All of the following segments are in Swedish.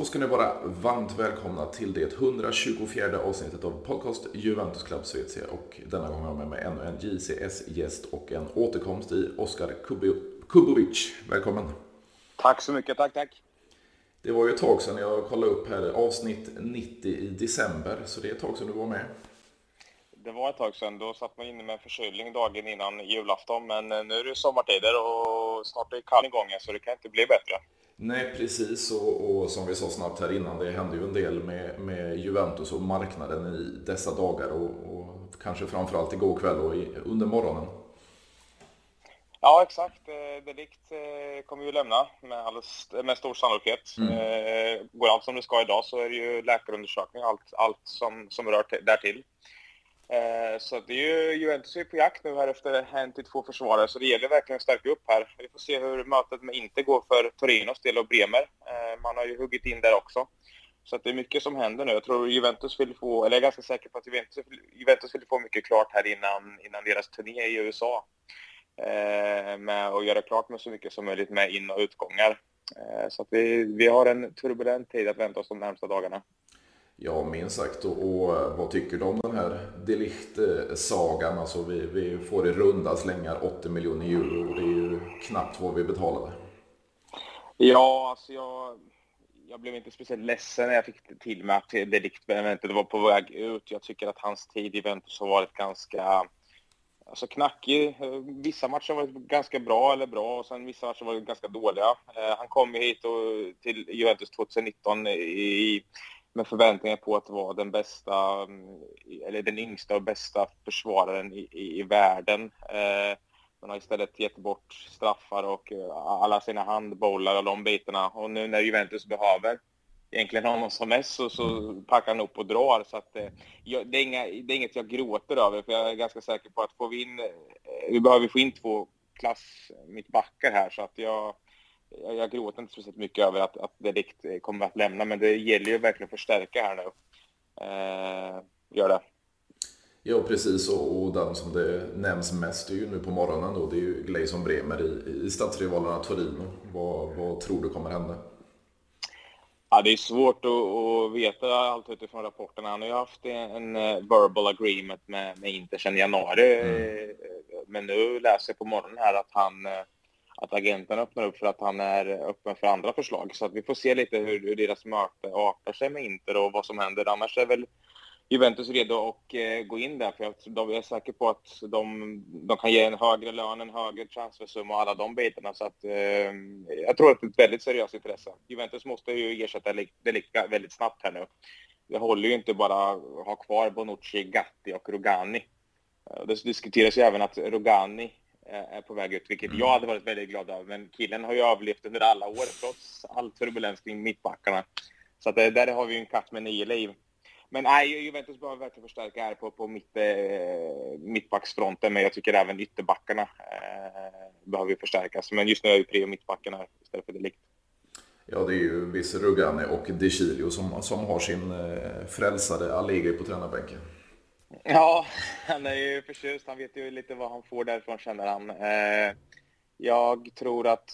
ska ni vara varmt välkomna till det 124 avsnittet av podcast Juventus Club Svezia, och denna gång har jag med mig ännu en JCS-gäst och en återkomst i Oskar Kubovic. Välkommen! Tack så mycket, tack. Det var ju ett tag sedan jag kollade upp här, avsnitt 90 i december, så det är ett tag sedan du var med. Det var ett tag sedan, då satt man inne med förkylning dagen innan julafton, men nu är det sommartider och snart är det kall igång, så det kan inte bli bättre. Nej, precis, och som vi sa snabbt här innan, det händer ju en del med Juventus och marknaden i dessa dagar och kanske framförallt igår kväll och under morgonen. Ja, exakt. De Ligt kommer ju lämna med stor sannolikhet. Går allt som det ska idag så är det ju läkarundersökning, allt som rör därtill. Så det är ju Juventus är på jakt nu här efter 1-2 försvarare, så det gäller verkligen att stärka upp här. Vi får se hur mötet med Inter går för Torinos del och Bremer. Man har ju huggit in där också. Så att det är mycket som händer nu. Jag tror Juventus vill få, eller jag är ganska säker på att Juventus vill få mycket klart här innan deras turné i USA. Med att göra klart med så mycket som möjligt med in- och utgångar. Så att vi har en turbulent tid att vänta oss de närmsta dagarna. Ja, minst sagt. Och vad tycker du om den här De Ligt-sagan? Alltså vi får i runda slängar 80 miljoner euro och det är ju knappt vad vi betalade. Ja, alltså jag blev inte speciellt ledsen när jag fick till mig att De Ligt var på väg ut. Jag tycker att hans tid i Juventus har varit ganska knackig. Vissa matcher var ganska bra och sen vissa matcher var ganska dåliga. Han kom hit till Juventus 2019 med förväntningar på att vara den bästa, eller den yngsta och bästa försvararen i världen. Man har istället gett bort straffar och alla sina handbollar och de bitarna. Och nu när Juventus behöver egentligen honom som mest så packar han upp och drar. Så att, det är inget jag gråter över, för jag är ganska säker på att vi behöver få in 2 klass mittbackar här, så att jag gråter inte speciellt mycket över att det riktigt kommer att lämna, men det gäller ju verkligen att förstärka här nu. Gör det. Ja, precis, och den som det nämns mest är ju nu på morgonen då, det är ju Gleison Bremer i stadsrivalerna Torino. Vad tror du kommer hända? Ja, det är svårt att veta allt utifrån rapporterna. Han har ju haft en verbal agreement med Inter sedan januari. Men nu läser jag på morgonen här att agenten öppnar upp för att han är öppen för andra förslag. Så att vi får se lite hur deras möte artar sig med Inter och vad som händer. Annars är väl Juventus redo att gå in där, för de är säkra på att de kan ge en högre lön, en högre transfersumma och alla de bitarna. Så att jag tror att det är ett väldigt seriöst intresse. Juventus måste ju ersätta De Ligt väldigt snabbt här nu. Det håller ju inte bara att ha kvar Bonucci, Gatti och Rugani. Det diskuteras ju även att Rugani är på väg ut, vilket jag hade varit väldigt glad av. Men killen har ju överlevt under alla år trots all turbulens kring mittbackarna. Så att där har vi ju en katt med 9 liv. Men nej, Juventus behöver verkligen förstärka här på mittbacksfronten, men jag tycker även ytterbackarna behöver förstärkas. Men just nu är ju prio mittbackarna istället för De Ligt. Ja, det är ju viss Rugani och De Chilio som har sin frälsade Allegri på tränarbänken. Ja, han är ju förtjust. Han vet ju lite vad han får därifrån, känner han. Jag tror att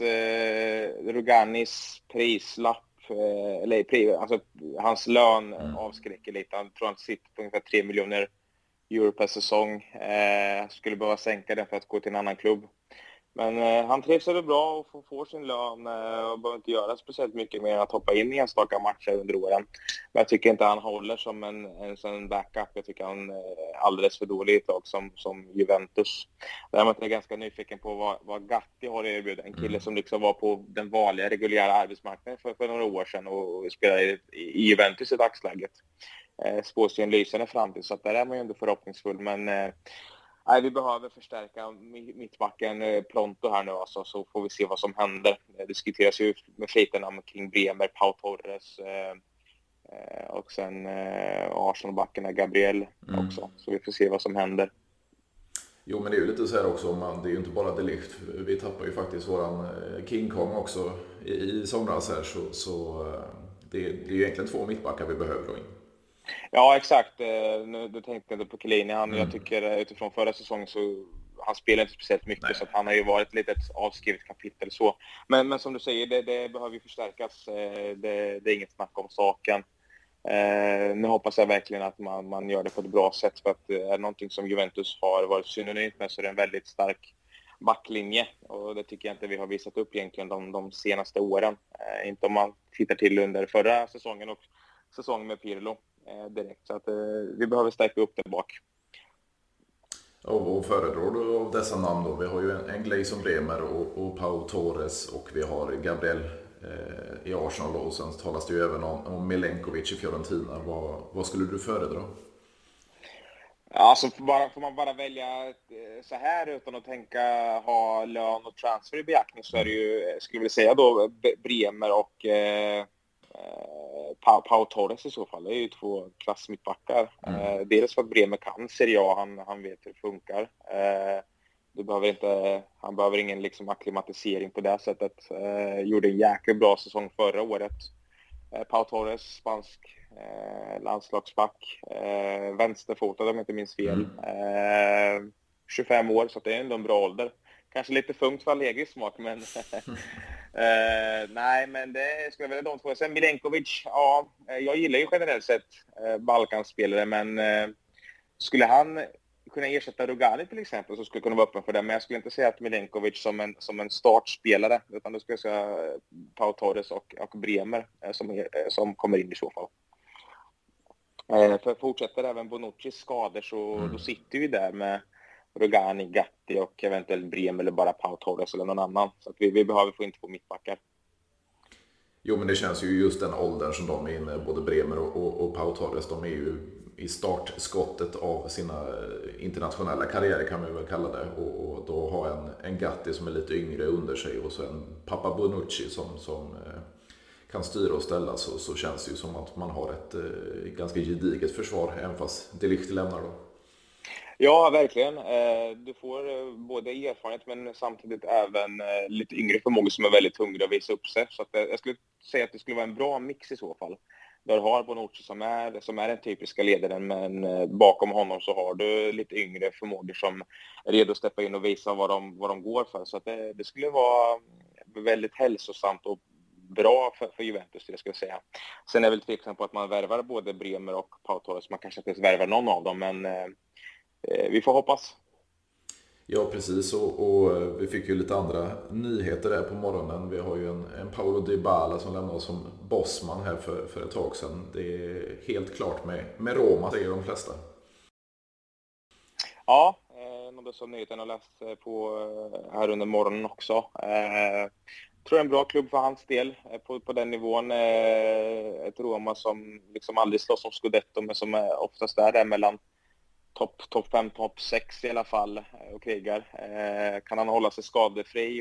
Ruganis prislapp, alltså hans lön avskräcker lite. Han tror han sitter på ungefär 3 miljoner euro per säsong. Skulle behöva sänka den för att gå till en annan klubb. Men han trivs väl bra och får sin lön och behöver inte göra speciellt mycket mer än att hoppa in i enstaka matcher under åren. Men jag tycker inte han håller som en backup. Jag tycker han är alldeles för dålig i ett lag som Juventus. Däremot är jag ganska nyfiken på vad Gatti har erbjudit. En kille som liksom var på den vanliga reguljära arbetsmarknaden för några år sedan och spelade i Juventus i dagsläget. Spås ju en lysande framtid, så att där är man ju ändå förhoppningsfull, men nej, vi behöver förstärka mittbacken pronto här nu, alltså, så får vi se vad som händer. Det diskuteras ju med fliterna kring Bremer, Pau Torres och sen Arsenal-backarna Gabriel också. Så vi får se vad som händer. Jo, men det är ju lite så här också, det är ju inte bara De Ligt. Vi tappar ju faktiskt våran King Kong också i somras här, så det är ju egentligen 2 mittbackar vi behöver då in. Ja, exakt. Nu tänkte jag på Chiellini. Jag tycker utifrån förra säsongen så han spelar inte speciellt mycket. Nej. Så att han har ju varit lite ett avskrivet kapitel så. Men som du säger, det behöver ju förstärkas. Det är inget snack om saken. Nu hoppas jag verkligen att man gör det på ett bra sätt, för att det är någonting som Juventus har varit synonymt med, så det är en väldigt stark backlinje, och det tycker jag inte vi har visat upp egentligen de senaste åren. Inte om man tittar till under förra säsongen och säsongen med Pirlo direkt, så att vi behöver stärka upp det bak. Och föredrar du av dessa namn då? Vi har ju en Gleison Bremer och Pau Torres, och vi har Gabriel i Arsenal, och sen talas det ju även om Milenkovic i Fiorentina. Vad skulle du föredra? Alltså får man bara välja så här utan att tänka ha lön och transfer i beaktning, så är det ju, skulle vi säga då, Bremer och Pau Torres i så fall. Det är ju två klassmittbackar. Dels för att Bremer kan Serie A, han vet hur det funkar. Han behöver ingen liksom akklimatisering på det sättet. Gjorde en jäkligt bra säsong förra året. Pau Torres, spansk landslagsback, vänsterfotad om jag inte minns fel. 25 år, så det är ändå en bra ålder. Kanske lite funkt för Allegris smak, men nej, men det skulle väl de två. Sen Milenkovic, ja, jag gillar ju generellt sett Balkanspelare, men skulle han kunna ersätta Rugani till exempel, så skulle jag kunna vara öppen för det, men jag skulle inte säga att Milenkovic som en startspelare, utan då skulle jag säga Pau Torres och Bremer som kommer in i så fall. För fortsätter även Bonuccis skador, så då sitter vi där med Rugani, Gatti och eventuellt Bremer eller bara Pau Torres eller någon annan, så att vi behöver få in två mittbackar. Jo, men det känns ju just den åldern som de är inne, både Bremer och Pau Torres, de är ju i startskottet av sina internationella karriärer, kan man väl kalla det, och då ha en Gatti som är lite yngre under sig, och så en Papa Bonucci som kan styra och ställa, så känns det ju som att man har ett ganska gediget försvar, även fast De Ligt lämnar då. Ja, verkligen. Du får både erfarenhet, men samtidigt även lite yngre förmågor som är väldigt hungriga att visa upp sig. Så att jag skulle säga att det skulle vara en bra mix i så fall. Där har Bonucci som är den typiska ledaren, men bakom honom så har du lite yngre förmågor som är redo att steppa in och visa vad de går för. Så att det skulle vara väldigt hälsosamt och bra för Juventus, det ska jag säga. Sen är jag väl tveksam på att man värvar både Bremer och Pau Torres. Man kanske inte ens värvar någon av dem, men vi får hoppas. Ja, precis. Och vi fick ju lite andra nyheter där på morgonen. Vi har ju en Paulo Dybala som lämnade oss som bossman här för ett tag sedan. Det är helt klart med Roma, säger de flesta. Ja, något som nyheten har läst på här under morgonen också. Tror jag är en bra klubb för hans del på den nivån. Ett Roma som liksom aldrig slåss om Scudetto, men som oftast är där mellan topp 5, topp 6 i alla fall och krigar. Kan han hålla sig skadefri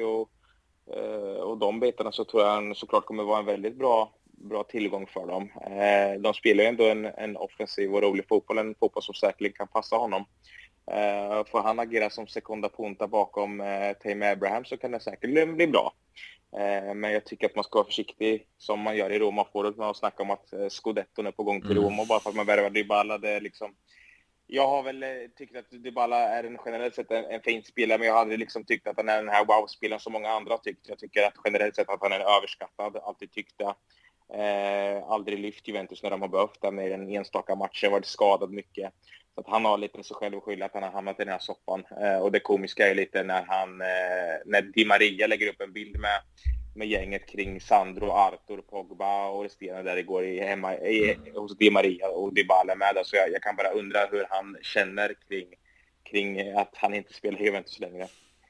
och de bitarna, så tror jag han såklart kommer vara en väldigt bra tillgång för dem. De spelar ju ändå en offensiv och rolig fotboll, en fotboll som säkerligen kan passa honom. Får han agera som sekunda punta bakom Tammy Abraham, så kan det säkert bli bra. Men jag tycker att man ska vara försiktig som man gör i Roma förut med att snacka om att Scudetton är på gång till Roma bara för att man värvar Dybala. Det är liksom... Jag har väl tyckt att Dybala är generellt sett en fin spelare, men jag hade liksom tyckt att han är den här wow-spelaren som många andra har tyckt. Jag tycker att generellt sett att han är överskattad, alltid tyckt det. Aldrig lyft Juventus när de har behövt det, med en enstaka matcher, varit skadad mycket. Så att han har lite sig själv att skylla att han har hamnat i den här soppan. Och det komiska är lite när Di Maria lägger upp en bild med gänget kring Sandro, Arthur, Pogba och resterande där igår hos Di Maria och Dybala med. Så jag kan bara undra hur han känner kring att han inte spelar Juventus längre.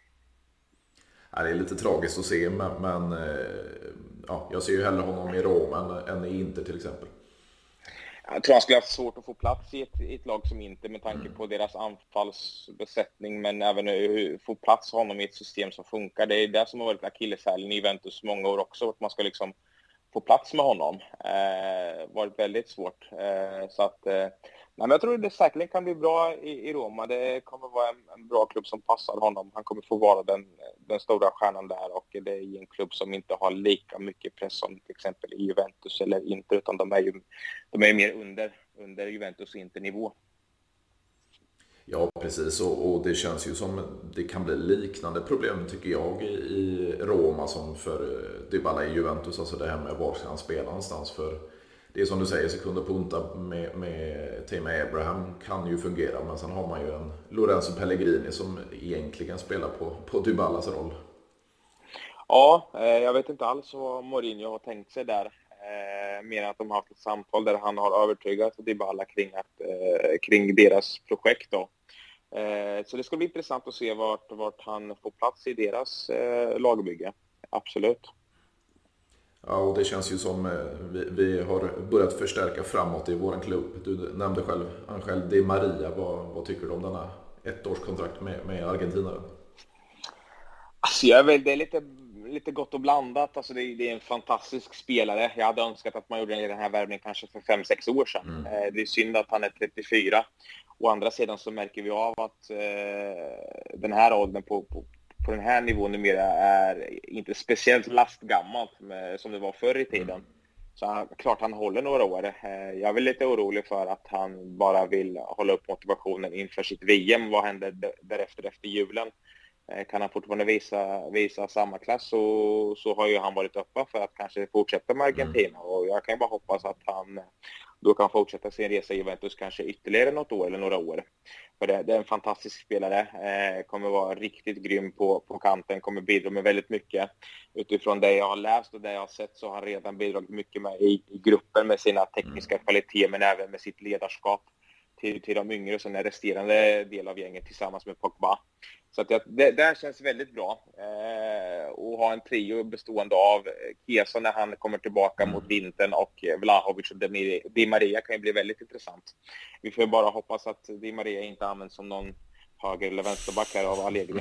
Ja, det är lite tragiskt att se, men ja, jag ser ju hellre honom i Roma än i Inter till exempel. Jag tror han skulle ha haft svårt att få plats i ett lag som Inter med tanke på deras anfallsbesättning, men även få plats honom i ett system som funkar. Det är det som har varit akilleshälen i Juventus många år också, att man ska liksom få plats med honom. Varit väldigt svårt. Så att men jag tror det säkerligen kan bli bra i Roma. Det kommer vara en bra klubb som passar honom. Han kommer få vara den stora stjärnan där, och det är i en klubb som inte har lika mycket press som till exempel i Juventus eller Inter, utan de är mer under Juventus och Inter-nivå. Ja, precis. Och det känns ju som det kan bli liknande problem tycker jag i Roma som för Dybala i Juventus. Alltså det här med var ska han spela någonstans. För det är som du säger, Secundo Punta med Tammy Abraham kan ju fungera. Men sen har man ju en Lorenzo Pellegrini som egentligen spelar på Dybalas roll. Ja, jag vet inte alls vad Mourinho har tänkt sig där. Mer än att de har haft ett samtal där han har övertygat Dybala kring deras projekt då. Så det ska bli intressant att se vart han får plats i deras lagbygge. Absolut. Ja, och det känns ju som vi har börjat förstärka framåt i våran klubb. Du nämnde själv Angel Di Maria. Vad tycker du om denna ettårskontrakt med argentinaren? Alltså det är lite gott och blandat. Alltså det är en fantastisk spelare. Jag hade önskat att man gjorde den här värvningen kanske för 5-6 år sedan. Det är synd att han är 34. Å andra sidan så märker vi av att den här åldern på den här nivån numera är inte speciellt lastgammalt som det var förr i tiden. Så klart han håller några år. Jag är väl lite orolig för att han bara vill hålla upp motivationen inför sitt VM. Vad händer därefter efter julen? Kan han fortfarande visa samma klass så har ju han varit öppen för att kanske fortsätta med Argentina. Och jag kan bara hoppas att han då kan fortsätta sin resa i Juventus kanske ytterligare något år eller några år. För det är en fantastisk spelare, kommer vara riktigt grym på kanten, kommer bidra med väldigt mycket. Utifrån det jag har läst och det jag har sett så har han redan bidragit mycket med i gruppen med sina tekniska kvaliteter men även med sitt ledarskap till de yngre som är resterande del av gänget tillsammans med Pogba. Så att det känns väldigt bra att ha en trio bestående av Chiesa när han kommer tillbaka mot vintern och Vlahovic och Di Maria kan ju bli väldigt intressant. Vi får bara hoppas att Di Maria inte används som någon höger- eller vänsterback här av Allegri.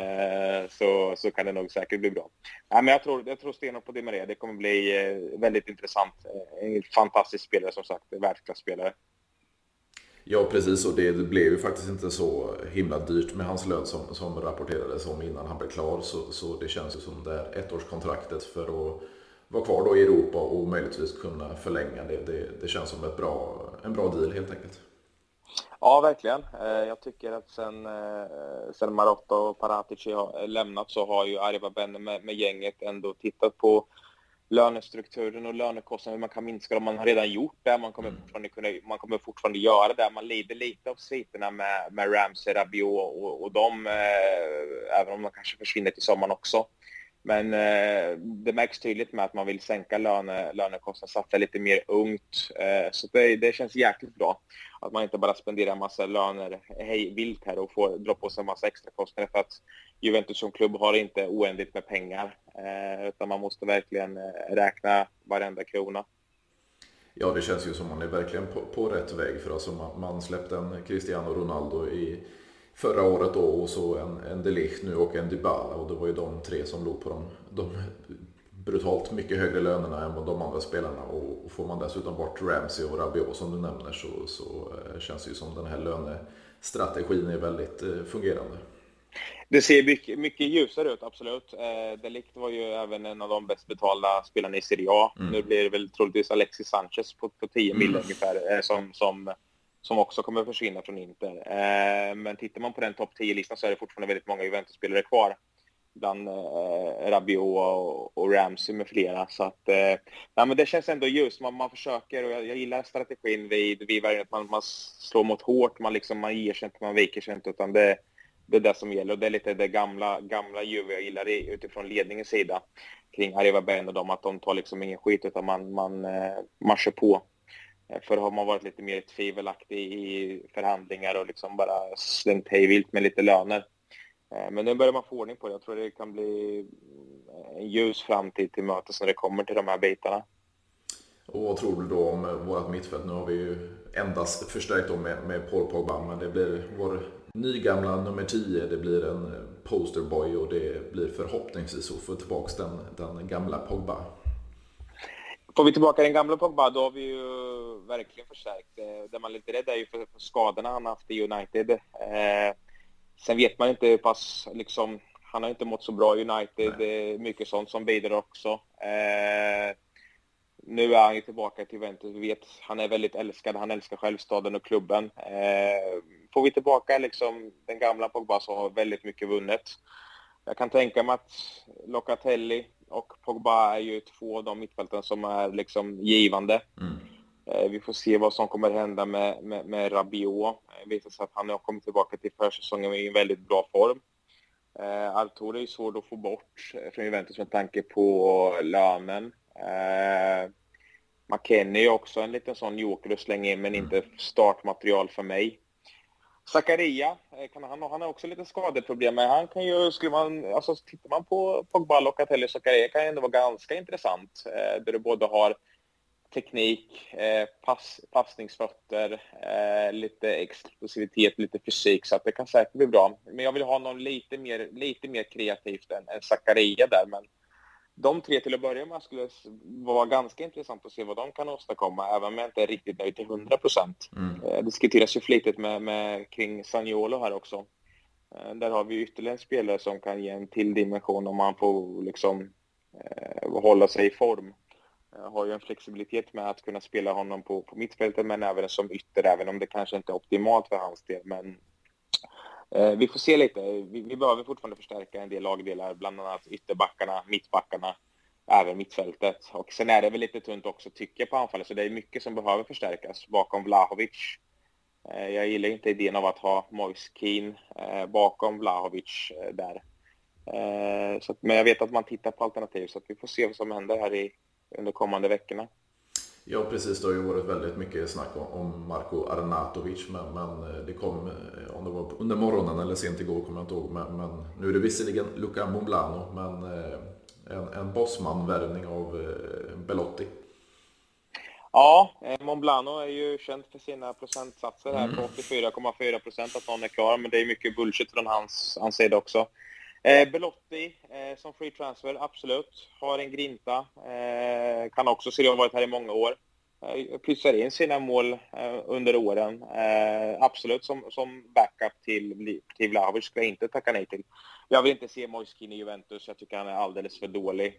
Så kan det nog säkert bli bra. Nej, men jag tror stenhårt på Di Maria. Det kommer bli väldigt intressant. En fantastisk spelare som sagt, världsklasspelare. Ja, precis. Och det blev ju faktiskt inte så himla dyrt med hans lön som rapporterades om innan han blev klar. Så det känns ju som det är ettårskontraktet för att vara kvar då i Europa och möjligtvis kunna förlänga det. Det känns som en bra deal helt enkelt. Ja, verkligen. Jag tycker att sen Marotta och Paratici har lämnat så har ju Arriva-Bene med gänget ändå tittat på lönestrukturen och lönekostnader, hur man kan minska dem. Man har redan gjort det, man kommer fortfarande göra det. Man lider lite av sviterna med Ramsey, Rabiot och dem, även om de kanske försvinner till sommaren också. Men det märks tydligt med att man vill sänka lönekostnader, satsa lite mer ungt. Så det känns jäkligt bra att man inte bara spenderar en massa löner hej vilt här och får dra på sig en massa extra kostnader, för att Juventus som klubb har inte oändligt med pengar, utan man måste verkligen räkna varenda krona. Ja, det känns ju som man är verkligen på rätt väg, för alltså man släppte en Cristiano Ronaldo i förra året då, och så en De Ligt nu och en Dybala, och det var ju de tre som låg på de brutalt mycket högre lönerna än de andra spelarna, och får man dessutom bort Ramsey och Rabiot som du nämner så känns det ju som den här lönestrategin är väldigt fungerande. Det ser mycket ljusare ut, absolut. De Ligt var ju även en av de bäst betalda spelarna i Serie A. Nu blir det väl troligtvis Alexis Sanchez på 10 mil ungefär som också kommer försvinna från Inter. Men tittar man på den topp 10-listan så är det fortfarande väldigt många Juventus-spelare kvar. Bland Rabiot och Ramsey med flera. Så att, men det känns ändå ljus. Man försöker, och jag gillar strategin vid varje, att man slår mot hårt. Man ger sig inte, man viker sig inte, utan det är det som gäller. Och det är lite det gamla Juve jag gillar utifrån ledningens sida kring Arriva-Bene och dem, att de tar liksom ingen skit, utan man kör på. För har man varit lite mer tvivelaktig i förhandlingar och liksom bara slängt hej vilt med lite löner. Men nu börjar man få ordning på det. Jag tror det kan bli en ljus framtid till mötes när det kommer till de här bitarna. Och vad tror du då om vårt mittfält? Nu har vi ju endast förstärkt dem med Paul Pogba, men det blir vår nygamla nummer 10, det blir en posterboy, och det blir förhoppningsvis att få tillbaka den gamla Pogba. Får vi tillbaka den gamla Pogba, då har vi ju verkligen förstärkt. Det man är lite rädd är ju för skadorna han haft i United. Sen vet man inte hur pass, liksom, han har inte mått så bra i United. Det är mycket sånt som bidrar också. Nu är han ju tillbaka till Juventus. Vi vet, han är väldigt älskad. Han älskar själv staden och klubben. får vi tillbaka liksom den gamla Pogba så har väldigt mycket vunnet. Jag kan tänka mig att Locatelli och Pogba är ju två av de mittfälten som är liksom givande. Vi får se vad som kommer hända med Rabiot. Det visar sig att han har kommit tillbaka till försäsongen i en väldigt bra form. Artur är svårt att få bort från Juventus med tanke på lönen. McKennie är också en liten sån joker att slänga in, men inte startmaterial för mig. Zakaria, han har också lite skadeproblem, men han kan ju, tittar man på Pogba, Locatelli och Zakaria kan ju ändå vara ganska intressant. Där du både har teknik, passningsfötter, lite explosivitet, lite fysik, så att det kan säkert bli bra. Men jag vill ha någon lite mer kreativt än Zakaria där, men de tre till att börja med skulle vara ganska intressant att se vad de kan åstadkomma, även om jag inte är riktigt nöjd till 100%. Det diskuteras ju flitigt kring Zaniolo här också. Där har vi ytterligare en spelare som kan ge en till dimension om man får liksom hålla sig i form. Jag har ju en flexibilitet med att kunna spela honom på mittfältet, men även som ytter, även om det kanske inte är optimalt för hans del. Men vi får se lite. Vi behöver fortfarande förstärka en del lagdelar, bland annat ytterbackarna, mittbackarna, även mittfältet. Och sen är det väl lite tunt också, tycker jag, på anfallet, så det är mycket som behöver förstärkas bakom Vlahovic. Jag gillar inte idén av att ha Moise Kean bakom Vlahovic där. Men jag vet att man tittar på alternativ, så att vi får se vad som händer här under kommande veckorna. Ja, precis. Det har ju varit väldigt mycket snack om Marko Arnautovic, men det kom, om det var under morgonen eller sent igår kommer jag inte ihåg, men nu är det visserligen Luca Momblano, men en bossman-värvning av Belotti. Ja, Momblano är ju känd för sina procentsatser här på 84,4% att någon är klar, men det är mycket bullshit från hans sida också. Belotti som free transfer, absolut. Har en grinta. Kan också se det, har varit här i många år. Pyssar in sina mål under åren. Absolut som backup till Vlahovic ska jag inte tacka nej till. Jag vill inte se Moise Kean i Juventus. Jag tycker han är alldeles för dålig.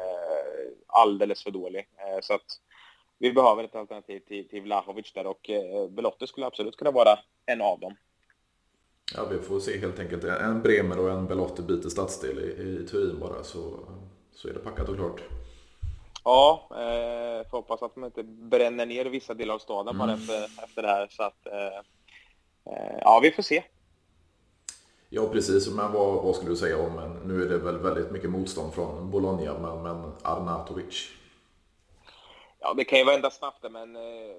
Så att vi behöver ett alternativ till Vlahovic där, och Belotti skulle absolut kunna vara en av dem. Ja, vi får se helt enkelt. En Bremer och en Belotti byter stadsdel i Turin bara, så är det packat och klart. Ja, får hoppas att man inte bränner ner vissa delar av staden bara efter det här. Så att, ja, vi får se. Ja, precis. Men vad skulle du säga om, nu är det väl väldigt mycket motstånd från Bologna, men Arnautovic? Ja, det kan ju vända snabbt, men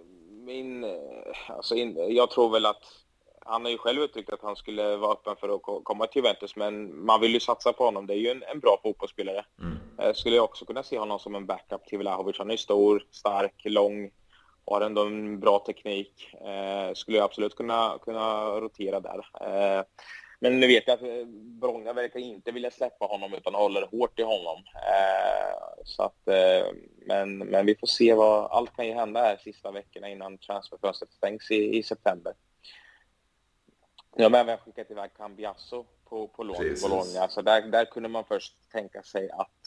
jag tror väl att han har ju själv uttryckt att han skulle vara öppen för att komma till Juventus, men man vill ju satsa på honom. Det är ju en bra fotbollsspelare. Skulle jag också kunna se honom som en backup till Vlahovic. Han är stor, stark, lång, har ändå en bra teknik. Skulle jag absolut kunna rotera där. Men nu vet jag att Bologna verkar inte vilja släppa honom utan håller hårt i honom. Så att, men vi får se allt kan ju hända här sista veckorna innan transferfönstret stängs i september. Jag har även skickat iväg Cambiasso på lån till Bologna. Så där kunde man först tänka sig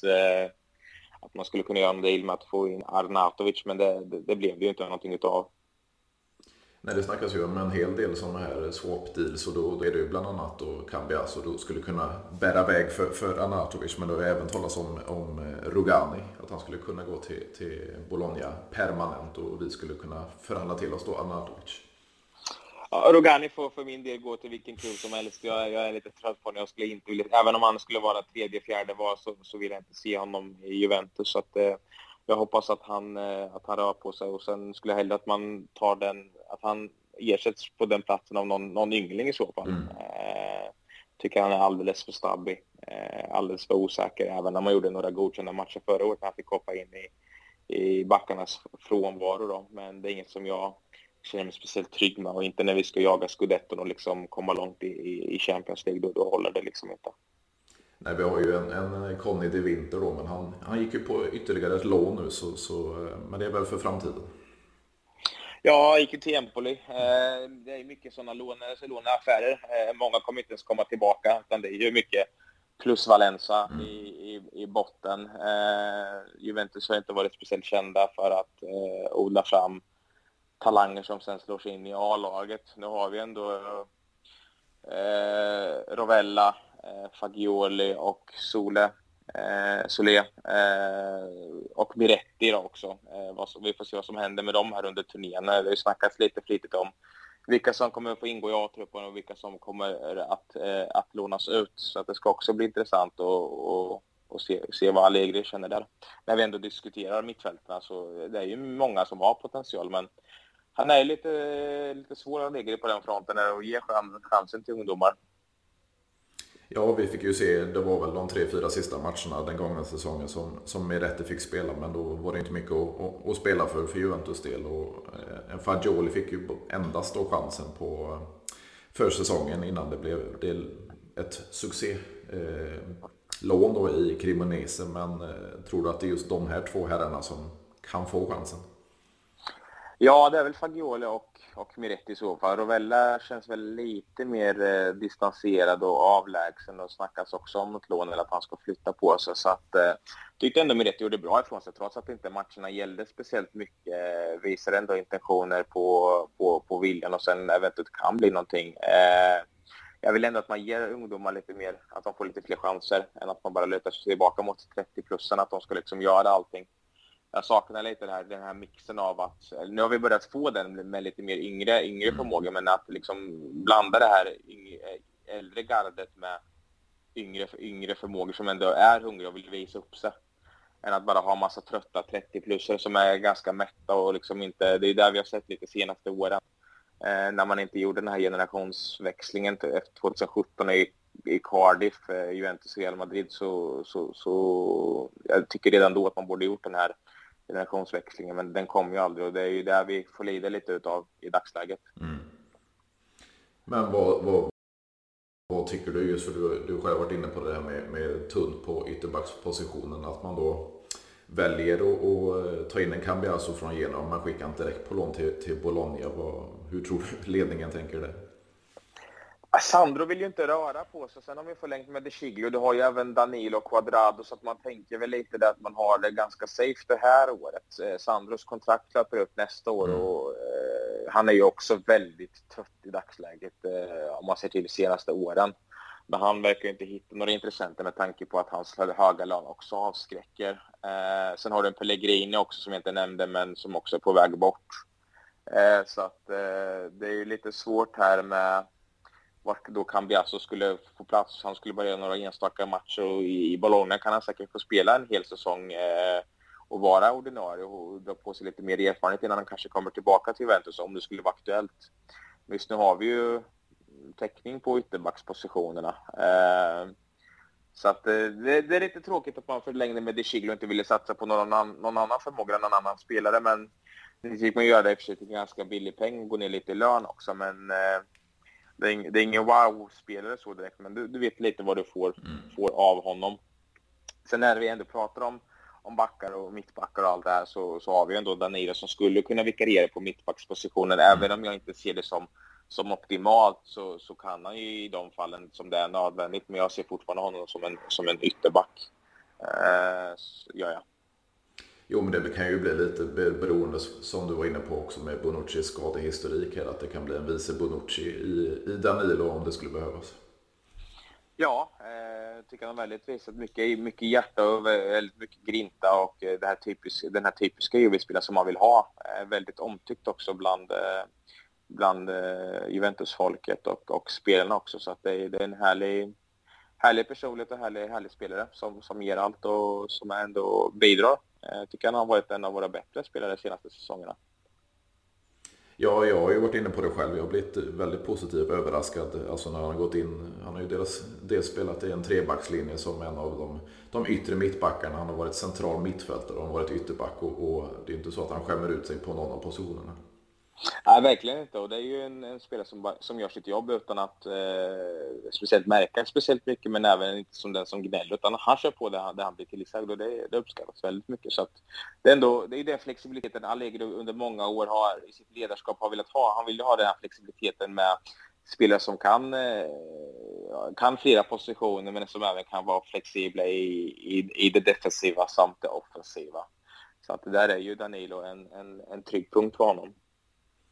att man skulle kunna göra en deal med att få in Arnautovic, men det blev ju inte någonting utav. Nej, det snackas ju om en hel del sådana här swap deals, och då är det ju bland annat Cambiasso då skulle kunna bära väg för Arnautovic, men då har det även talas om Rugani, att han skulle kunna gå till Bologna permanent och vi skulle kunna förhandla till oss då Arnautovic. Ja, Rugani får för min del gå till vilken klubb som helst. Jag är lite trött på det. Jag skulle inte vilja, även om han skulle vara tredje, fjärde val, så vill jag inte se honom i Juventus. Så att, jag hoppas att han rör på sig, och sen skulle jag hellre att man tar att han ersätts på den platsen av någon yngling i så fall. Tycker han är alldeles för stabbig, alldeles för osäker, även när man gjorde några godkända matcher förra året när han fick hoppa in i backarnas frånvaro då. Men det är inget som jag känner mig speciellt trygg med, och inte när vi ska jaga Scudetton och liksom komma långt i Champions League, då håller det liksom inte. Nej, vi har ju en Conny de Winter då, men han gick ju på ytterligare ett lån nu, men det är väl för framtiden. Ja, jag gick ju till Empoli. Det är mycket sådana låneaffärer. Många kommer inte ens komma tillbaka, utan det är ju mycket plus Valenza i botten. Juventus har inte varit speciellt kända för att odla fram talanger som sen slår sig in i A-laget. Nu har vi ändå Rovella, Fagioli och Solé och Miretti då också. Vi får se vad som händer med dem här under turnén. Det har ju snackats lite flitigt om vilka som kommer att få ingå i A-truppen och vilka som kommer att lånas ut. Så att det ska också bli intressant och se vad Allegri känner där. När vi ändå diskuterar mittfälterna så det är ju många som har potential, men han är lite svår att lägga på den fronten och ge chansen till ungdomar. Ja, vi fick ju se, det var väl de 3-4 sista matcherna den gångna säsongen som Miretti fick spela, men då var det inte mycket att spela för Juventus del. Och en Fagioli fick ju endast då chansen på försäsongen innan det blev ett succélån då i Cremonese. Men tror du att det är just de här två herrarna som kan få chansen? Ja, det är väl Fagioli och Miretti i så fall. Rovella känns väl lite mer distanserad och avlägsen och snackas också om något lån eller att han ska flytta på sig. Så att tyckte ändå Miretti gjorde bra ifrån sig trots att inte matcherna gällde speciellt mycket. Visar ändå intentioner på viljan och sen eventuellt kan bli någonting. Jag vill ändå att man ger ungdomar lite mer, att de får lite fler chanser än att man bara lutar sig tillbaka mot 30-plussen, att de ska liksom göra allting. Jag saknar lite den här mixen av att, nu har vi börjat få den med lite mer yngre förmåga, men att liksom blanda det här äldre gardet med yngre förmågor som ändå är hungriga och vill visa upp sig. Än att bara ha massa trötta 30-plussare som är ganska mätta och liksom inte, det är där vi har sett lite senaste åren. När man inte gjorde den här generationsväxlingen efter 2017 i Cardiff, Juventus och Real Madrid så jag tycker redan då att man borde gjort den här generationsväxlingen, men den kom ju aldrig och det är ju där vi får lida lite utav i dagsläget. Mm. Men vad tycker du, just för du själv varit inne på det här med tunt på ytterbackspositionen, att man då väljer att ta in en Cambiaso från Genoa, man skickar inte direkt på lån till Bologna. Hur tror du ledningen tänker det? Sandro vill ju inte röra på sig. Sen har vi förlängt med De Sciglio. Du har ju även Danilo och Quadrado, så att man tänker väl lite där att man har det ganska safe det här året. Sandros kontrakt löper upp nästa år och han är ju också väldigt trött i dagsläget om man ser till de senaste åren. Men han verkar ju inte hitta några intressenter med tanke på att hans höga lön också avskräcker. Sen har du en Pellegrini också som jag inte nämnde, men som också är på väg bort. Så att det är ju lite svårt här med vart då Cambiaso skulle få plats. Han skulle bara göra några enstaka matcher och i Bologna kan han säkert få spela en hel säsong och vara ordinarie och dra på sig lite mer erfarenhet innan han kanske kommer tillbaka till Juventus om det skulle vara aktuellt. Just nu har vi ju täckning på ytterbackspositionerna. Så att det är lite tråkigt att man förlängde med De Sciglio och inte ville satsa på någon annan förmåga än någon annan spelare, men det fick man göra det i och för sig till ganska billig peng och gå ner lite i lön också, men det är ingen wow-spelare så direkt, men du vet lite vad du får av honom. Sen när vi ändå pratar om backar och mittbackar och allt det här så har vi ändå Danilo som skulle kunna vikariera på mittbackspositionen. Även om jag inte ser det som optimalt så kan han ju i de fallen som det är nödvändigt, men jag ser fortfarande honom som en ytterback. Ja. Jo, men det kan ju bli lite beroende, som du var inne på också med Bonuccis skadehistorik här, att det kan bli en vice Bonucci i Danilo om det skulle behövas. Ja, tycker han har väldigt visat mycket hjärta och väldigt mycket grinta och den här typiska Juve-spelaren som man vill ha. Väldigt omtyckt också bland Juventus-folket och spelarna också, så att det är en härlig personlighet och härlig spelare som ger allt och som ändå bidrar. Jag tycker han har varit en av våra bättre spelare de senaste säsongerna. Ja, jag har ju varit inne på det själv. Jag har blivit väldigt positivt överraskad. Alltså när han har gått in, han har ju dels spelat i en trebackslinje som en av de yttre mittbackarna. Han har varit central mittfältare och han har varit ytterback och det är inte så att han skämmer ut sig på någon av positionerna. Nej, verkligen inte. Och det är ju en spelare som gör sitt jobb utan att speciellt märka speciellt mycket, men även inte som den som gnäller, utan han kör på det han blir tillsagd och det uppskattas väldigt mycket. Så att det är den flexibiliteten Allegri under många år har i sitt ledarskap har velat ha. Han vill ju ha den här flexibiliteten med spelare som kan flera positioner, men som även kan vara flexibla i det defensiva samt det offensiva. Så att det där är ju Danilo en trygg punkt för honom.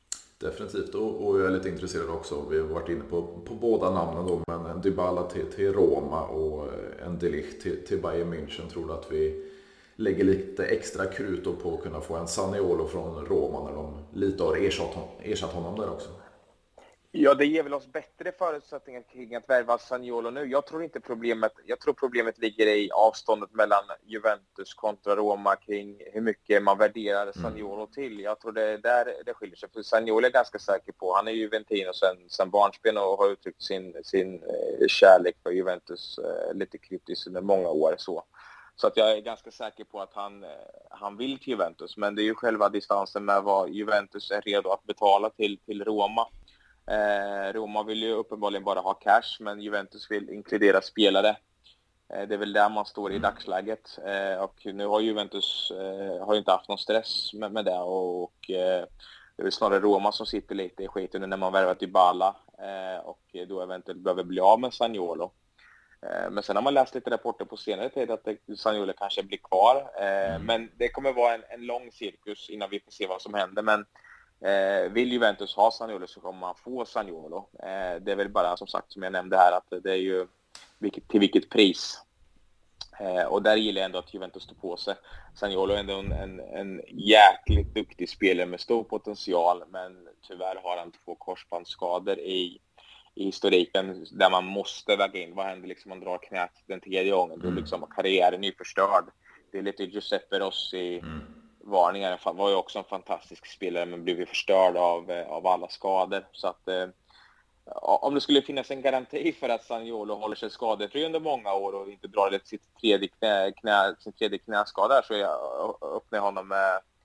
Definitivt, och jag är lite intresserad också. Vi har varit inne på båda namnen då, men en Dybala till Roma och en De Ligt till Bayern München. Tror du att vi lägger lite extra krut då på att kunna få en Zaniolo från Roma när de lite har ersatt honom där också? Ja, det ger väl oss bättre förutsättningar kring att värva Zaniolo nu. Jag tror problemet ligger i avståndet mellan Juventus kontra Roma kring hur mycket man värderar Zaniolo till. Jag tror det är där det skiljer sig. För Zaniolo är ganska säker på, han är Juventino sen barnsben och har uttryckt sin kärlek för Juventus lite kryptiskt under många år. Så att jag är ganska säker på att han vill till Juventus. Men det är ju själva distansen med vad Juventus är redo att betala till Roma. Roma vill ju uppenbarligen bara ha cash, men Juventus vill inkludera spelare. Det är väl där man står i dagsläget. Och nu har Juventus har ju inte haft någon stress med det. Och det är väl snarare Roma som sitter lite i skiten när man värvat Dybala. Och då eventuellt behöver bli av med Zaniolo. Men sen har man läst lite rapporter på senare tid att Zaniolo kanske blir kvar. Men det kommer vara en lång cirkus innan vi får se vad som händer. Men vill Juventus ha Zaniolo så kommer man få Zaniolo. Det är väl bara som sagt som jag nämnde här att det är ju till vilket pris. Och där gillar jag ändå att Juventus står på sig. Zaniolo är ändå en jäkligt duktig spelare med stor potential, men tyvärr har han 2 korsbandsskador i historiken där man måste väga in. Vad händer liksom om man drar knät den 3:e gången? Då liksom karriären är förstörd. Det är lite Giuseppe Rossi varningar. Han var ju också en fantastisk spelare men blev ju förstörd av alla skador. Så att om det skulle finnas en garanti för att Zaniolo håller sig skadefri under många år och inte drar sin tredje knäskada, så öppnar jag honom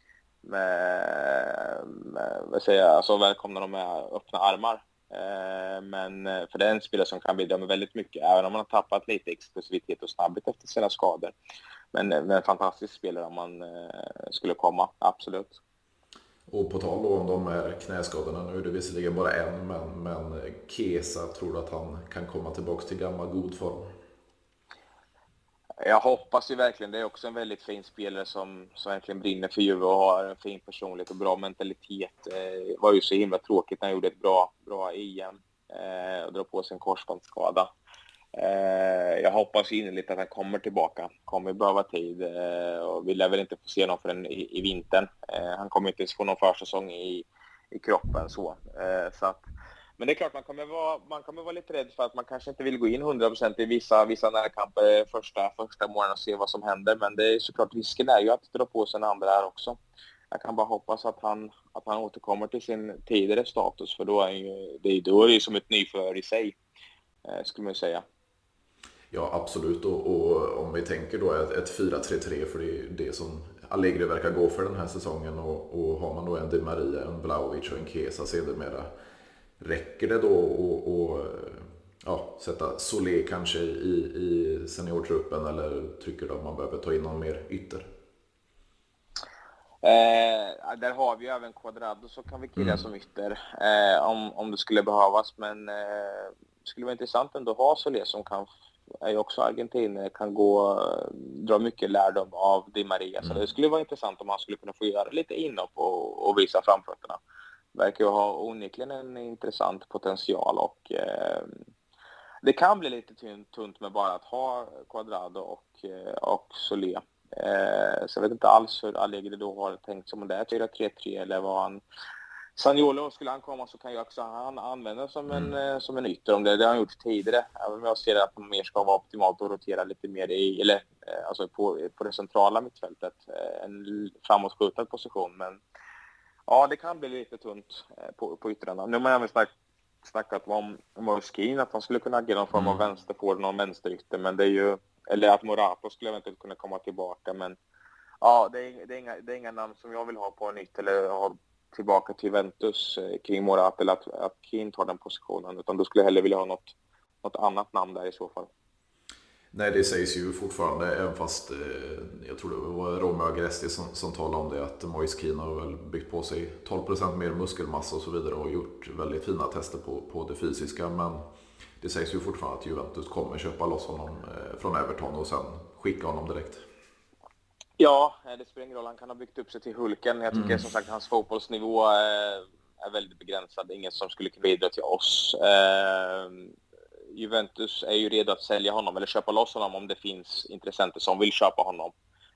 alltså välkomnar honom med öppna armar. Men för den spelare som kan bidra med väldigt mycket, även om man har tappat lite explosivitet och snabbhet efter sina skador. Men en fantastisk spelare om man skulle komma, absolut. Och på tal om de här knäskadorna, nu är det visserligen bara en, men Chiesa, tror du att han kan komma tillbaka till gammal god form? Jag hoppas ju verkligen. Det är också en väldigt fin spelare som verkligen brinner för Juve och har en fin personlighet och bra mentalitet. Det var ju så himla tråkigt när han gjorde ett bra EM och drar på sig en korsbandsskada. Jag hoppas innerligt att han kommer tillbaka. Kommer behöva tid och vi lär väl inte få se någon förrän i vintern. Han kommer inte få någon försäsong i kroppen så att, men det är klart man kommer vara lite rädd för att man kanske inte vill gå in 100% i vissa närkamper första månaden och se vad som händer, men det är såklart, risken är ju att dra på sig en andra här också. Jag kan bara hoppas att han återkommer till sin tidigare status, för då är det ju som ett nyförvärv i sig, skulle man säga. Ja, absolut. Och om vi tänker då ett 4-3-3, för det är det som Allegri verkar gå för den här säsongen, och har man då en Di Maria, en Vlahovic och en Chiesa sedermera, räcker det då att sätta Solé kanske i seniortruppen, eller tycker du att man behöver ta in någon mer ytter? Där har vi ju även Cuadrado, så kan vi killa som ytter om det skulle behövas, men det skulle vara intressant ändå att ha Solé som är ju också argentin, kan dra mycket lärdom av Di Maria. Så det skulle vara intressant om han skulle kunna få göra lite inhopp och visa framfötterna. Verkar ju ha onekligen en intressant potential, och det kan bli lite tunt med bara att ha Cuadrado och Solé. Så jag vet inte alls hur Allegri då har tänkt som om det är 4-3-3 eller vad han... Zaniolo, skulle han komma så kan ju också han använda som en ytter, om det har han gjort tidigare. Även om jag ser att man mer ska vara optimalt och rotera lite mer alltså på det centrala mittfältet, en framåtskjutad position. Men ja, det kan bli lite tunt på yttrarna. Nu har man även snackat om Moise Kean, att han skulle kunna agera någon form av vänsterforward, någon vänsterytter, men det är ju, eller att Morata skulle eventuellt kunna komma tillbaka, men ja, det är inga namn som jag vill ha på nytt eller ha tillbaka till Juventus kring Morata, eller att Kean tar den positionen, utan då skulle jag hellre vilja ha något annat namn där i så fall. Nej, det sägs ju fortfarande, även fast jag tror det var Romeo Agresti som talade om det, att Moise Kean har väl byggt på sig 12% mer muskelmassa och så vidare och gjort väldigt fina tester på det fysiska, men det sägs ju fortfarande att Juventus kommer köpa loss honom från Everton och sen skicka honom direkt. Ja, det spelar ingen roll. Han kan ha byggt upp sig till Hulken. Jag tycker som sagt hans fotbollsnivå är väldigt begränsad. Ingen som skulle kunna bidra till oss. Juventus är ju redo att sälja honom eller köpa loss honom om det finns intressenter som vill köpa honom.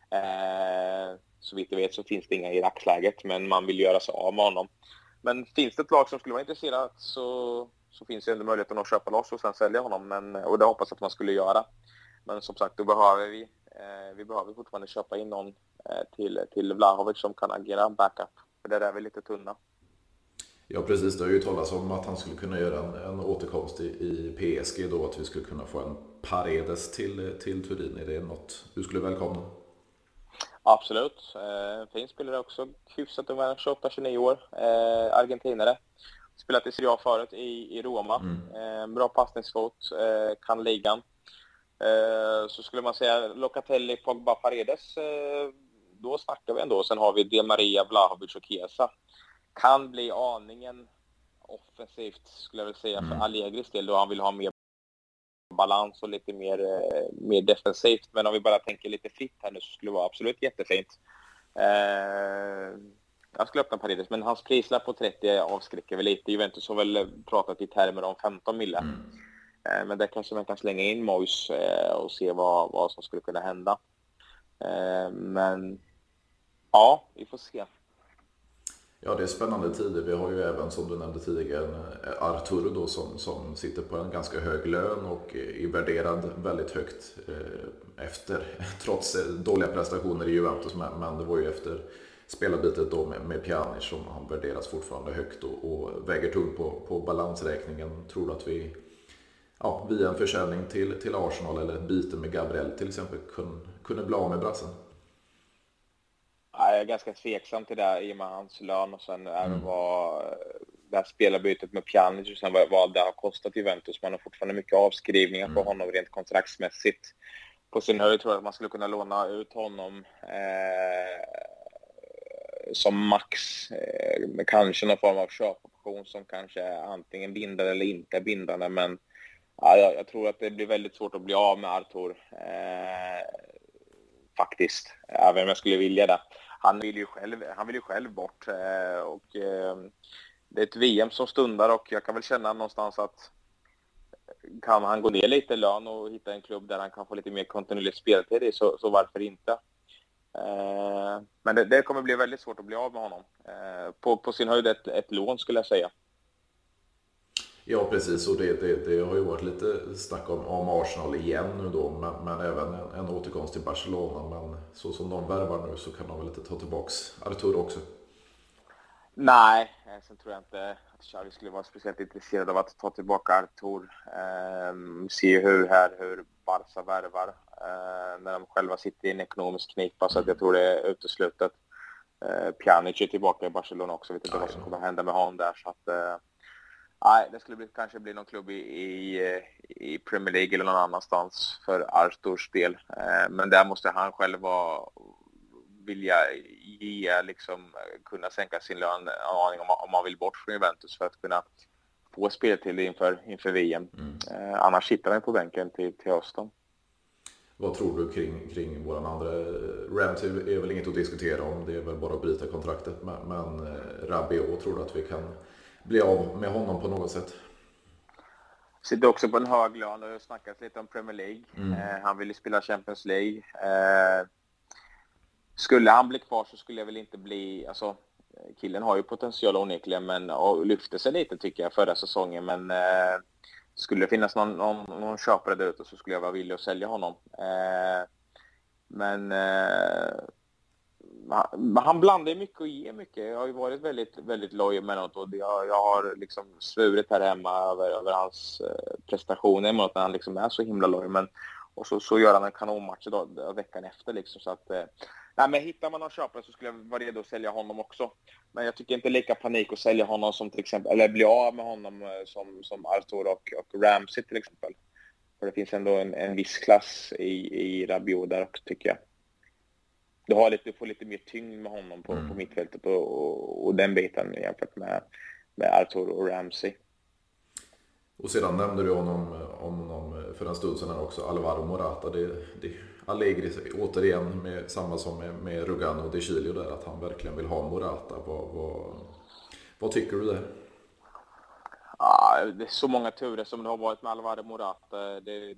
Så vitt jag vet så finns det inga i dagsläget, men man vill göra sig av med honom. Men finns det ett lag som skulle vara intresserat så finns det ändå möjligheten att köpa loss och sen sälja honom. Och det hoppas jag att man skulle göra. Men som sagt, då behöver vi behöver fortfarande köpa in någon till Vlahovic som kan agera backup. För där är vi lite tunna. Ja, precis. Det har ju talats om att han skulle kunna göra en återkomst i PSG då, att vi skulle kunna få en Paredes till Turin. Är det något du skulle välkomna? Absolut. Fin spelare också. Hyfsat att vara 28-29 år. Argentinare. Spelat i Serie A förut i Roma. Bra passningsfot. Kan ligan. Så skulle man säga Locatelli, Pogba, Paredes. Då snackar vi ändå. Sen har vi Di Maria, Vlahovic och Chiesa. Kan bli aningen offensivt skulle jag vilja säga för Allegris del då han vill ha mer balans och lite mer defensivt. Men om vi bara tänker lite fritt här nu så skulle det vara absolut jättefint. Jag skulle öppna Paredes, men hans prislapp på 30 avskräcker väl lite. Juventus har väl pratat i termer om 15 mille. Men där kanske man kan slänga in Mois och se vad som skulle kunna hända. Men ja, vi får se. Ja, det är spännande tider. Vi har ju även, som du nämnde tidigare, Arturo då som sitter på en ganska hög lön och är värderad väldigt högt trots dåliga prestationer i Juventus. Men det var ju efter spelarbytet då med Pjanic som han värderas fortfarande högt och väger tungt på balansräkningen. Tror du att vi via en försäljning till Arsenal eller ett byte med Gabriel till exempel kunde bli av med brassen? Jag är ganska tveksam till det i och med hans lön och sen även vad det här spelarbytet med Pjanic och sen vad det har kostat Juventus. Man har fortfarande mycket avskrivningar på honom rent kontraktsmässigt. På sin höjd tror jag att man skulle kunna låna ut honom som max. Kanske någon form av köpoption som kanske är antingen bindande eller inte bindande. Men jag tror att det blir väldigt svårt att bli av med Artur. Faktiskt, även om jag skulle vilja det. Han vill ju själv bort och det är ett VM som stundar och jag kan väl känna någonstans att kan han gå ner lite i lön och hitta en klubb där han kan få lite mer kontinuerligt speltid i så varför inte. Men det kommer bli väldigt svårt att bli av med honom. På sin höjd ett lån skulle jag säga. Ja, precis. Och det har ju varit lite snack om Arsenal igen nu då. Men även en återkomst till Barcelona. Men så som de värvar nu så kan de väl inte ta tillbaks Artur också. Nej, sen tror jag inte att Xavi skulle vara speciellt intresserad av att ta tillbaka Artur. Se hur Barca värvar när de själva sitter i en ekonomisk knipa. Så att jag tror det är uteslutet. Pjanic är tillbaka i Barcelona också. Jag vet inte vad som kommer hända med honom där. Så att nej, det skulle kanske bli någon klubb i Premier League eller någon annanstans för Arturs del. Men där måste han själv vilja kunna sänka sin lön en aning om man vill bort från Juventus för att kunna få spel till inför VM. Annars hittar han på bänken till hösten. Vad tror du kring våran andra? Ramsey är väl inget att diskutera om, det är väl bara att bryta kontraktet. Men Rabiot, tror du att vi kan bli av med honom på något sätt? Sitter också på en hög lön och har snackat lite om Premier League. Han vill ju spela Champions League. Skulle han bli kvar så skulle jag väl inte bli... Alltså, killen har ju potential onekligen och lyfte sig lite tycker jag förra säsongen. Men skulle det finnas någon köpare där ute så skulle jag vara villig att sälja honom. Men han blandar mycket och ger mycket. Jag har ju varit väldigt, väldigt lojal med något och jag har liksom svurit här hemma över hans prestationer mot när han liksom är så himla lojal. Men och så gör han en kanonmatch veckan efter liksom, så att men hittar man någon köpare så skulle jag vara redo att sälja honom också. Men jag tycker inte lika panik att sälja honom som till exempel, eller bli av med honom som Artur och Ramsey till exempel. För det finns ändå en viss klass i Rabiot där också tycker jag. Du får lite mer tyngd med honom på mittfältet och den biten jämfört med Artur och Ramsey. Och sedan nämnde du honom för en stund sedan också, Alvaro Morata. Det Allegri återigen med samma som med Rugano och De Chilio där, att han verkligen vill ha Morata. Vad Vad tycker du där? Ja, det är så många turer som det har varit med Alvaro Morata.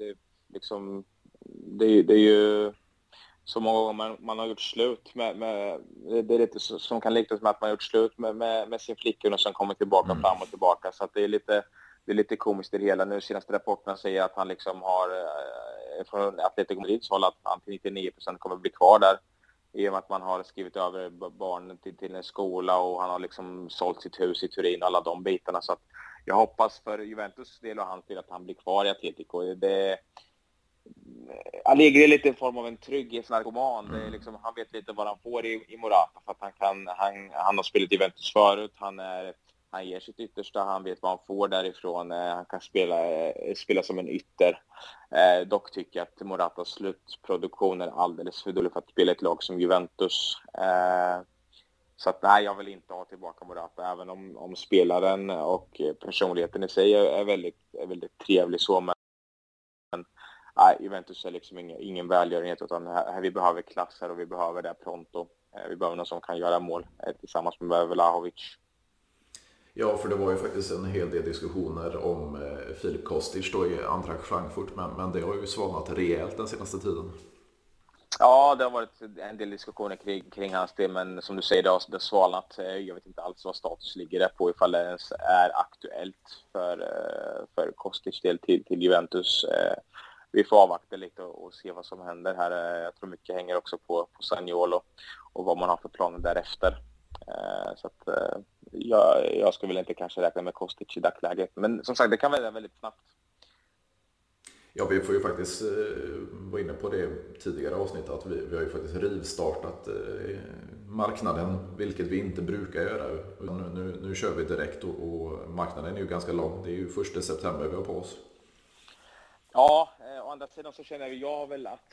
Det är ju så många gånger man har gjort slut med det är lite som kan liknas med att man har gjort slut med sin flickor och sen kommer tillbaka fram och tillbaka. Så att det är lite komiskt i det hela. Nu senaste rapporterna säger att han liksom har från Atletico Madrids håll att han till 99% kommer att bli kvar där. I och med att man har skrivit över barnen till en skola och han har liksom sålt sitt hus i Turin och alla de bitarna. Så att jag hoppas för Juventus del och hans del att han blir kvar i Atletico. Allegri är lite en form av en trygghetsnarkoman. Det är liksom, han vet lite vad han får i Morata för att han har spelat i Juventus förut. Han ger sitt yttersta, han vet vad han får därifrån. Han kan spela som en ytter. Dock tycker jag att Moratas slutproduktion är alldeles för dålig för att spela ett lag som Juventus. Så att nej, jag vill inte ha tillbaka Morata, även om spelaren och personligheten i sig är väldigt trevlig så. Men nej, Juventus är liksom ingen välgörenhet, utan här vi behöver klass här och vi behöver det pronto. Vi behöver någon som kan göra mål tillsammans med Vlahovic. Ja, för det var ju faktiskt en hel del diskussioner om Filip Kostic då i Eintracht Frankfurt, men det har ju svalnat rejält den senaste tiden. Ja, det har varit en del diskussioner kring hans del, men som du säger, det har svalnat. Jag vet inte alls vad status ligger där på, ifall det ens är aktuellt för Kostic del till Juventus. Vi får avvakta lite och se vad som händer här. Jag tror mycket hänger också på Zaniolo och vad man har för planer därefter. Så att jag skulle väl inte kanske räkna med Kostic i dagsläget. Men som sagt, det kan vara väldigt snabbt. Ja, vi får ju faktiskt vara inne på det tidigare avsnitt att vi har ju faktiskt rivstartat marknaden, vilket vi inte brukar göra. Nu kör vi direkt och marknaden är ju ganska lång. Det är ju 1 september vi har på oss. Ja, å andra sidan så känner jag väl att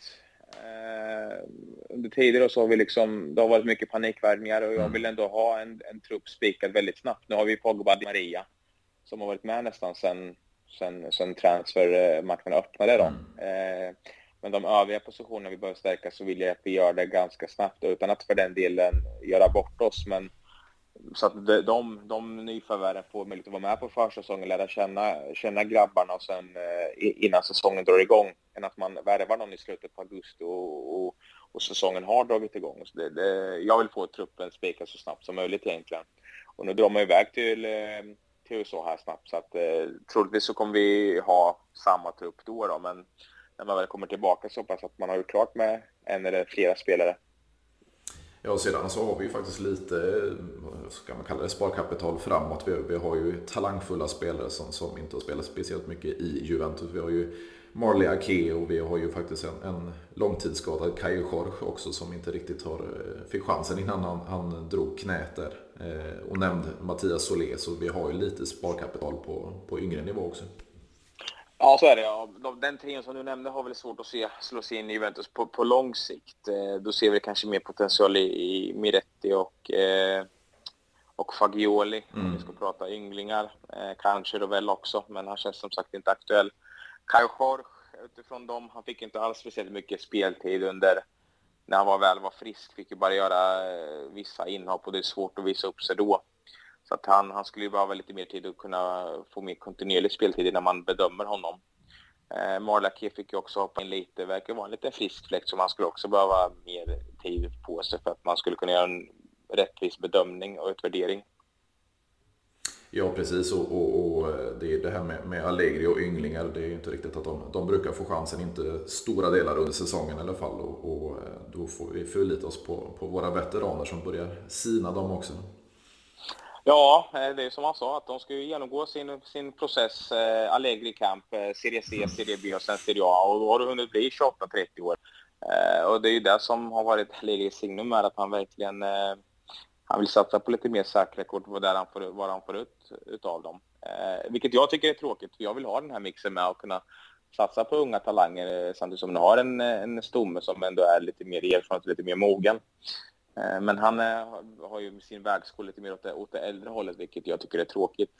under tider så har vi liksom, det har varit mycket panikvärvningar och jag vill ändå ha en trupp spikad väldigt snabbt. Nu har vi Pogba, Di Maria som har varit med nästan sen transfermarknaden öppnade då. Men de övriga positionerna vi behöver stärka så vill jag att vi gör det ganska snabbt utan att för den delen göra bort oss. Men så att de nyförvärven får möjlighet att vara med på försäsongen, lära känna grabbarna och sen innan säsongen drar igång, än att man värvar någon i slutet på augusti och säsongen har dragit igång. Så jag vill få truppen spikad så snabbt som möjligt egentligen. Och nu drar man iväg till USA här snabbt, så att troligtvis så kommer vi ha samma trupp då, men när man väl kommer tillbaka så hoppas att man har gjort klart med en eller flera spelare. Ja, och sedan så har vi ju faktiskt lite, ska man kalla det, sparkapital framåt. Vi har ju talangfulla spelare som inte har spelat speciellt mycket i Juventus. Vi har ju Marley Ake och vi har ju faktiskt en långtidsskadad Caio Jorge också som inte riktigt fick chansen innan han drog knät där. Och nämnd Mattias Solé, så vi har ju lite sparkapital på yngre nivå också. Ja, så är det. Ja. Den trion som du nämnde har väl svårt att slå sig in i Juventus på lång sikt. Då ser vi kanske mer potential i Miretti och Fagioli, om vi ska prata ynglingar. Kanske då väl också, men han känns som sagt inte aktuell. Caio Jorge, utifrån dem, han fick inte alls speciellt mycket speltid när han var frisk. Fick ju bara göra vissa inhopp och det är svårt att visa upp sig då. Så att han skulle ju behöva lite mer tid att kunna få mer kontinuerlig speltid när man bedömer honom. Marlake fick ju också hoppa in lite, verkar vara en liten frisk fläkt som man skulle också behöva mer tid på sig för att man skulle kunna göra en rättvis bedömning och utvärdering. Ja, precis, och det är det här med Allegri och ynglingar, det är ju inte riktigt att de brukar få chansen, inte stora delar under säsongen i alla fall, och då får vi förlita oss på våra veteraner som börjar sina dem också. Ja, det är som han sa, att de ska ju genomgå sin process, Allegri Camp, Serie C, Serie B och sen Serie A, och då har du hunnit bli 28-30 år. Och det är ju det som har varit Allegris signum, är att han verkligen han vill satsa på lite mer säkra kort vad han får ut utav dem. Vilket jag tycker är tråkigt, för jag vill ha den här mixen med att kunna satsa på unga talanger samtidigt som man har en stomme som ändå är lite mer erfaren, lite mer mogen. Men han har ju sin vägskål lite mer åt det äldre hållet, vilket jag tycker är tråkigt.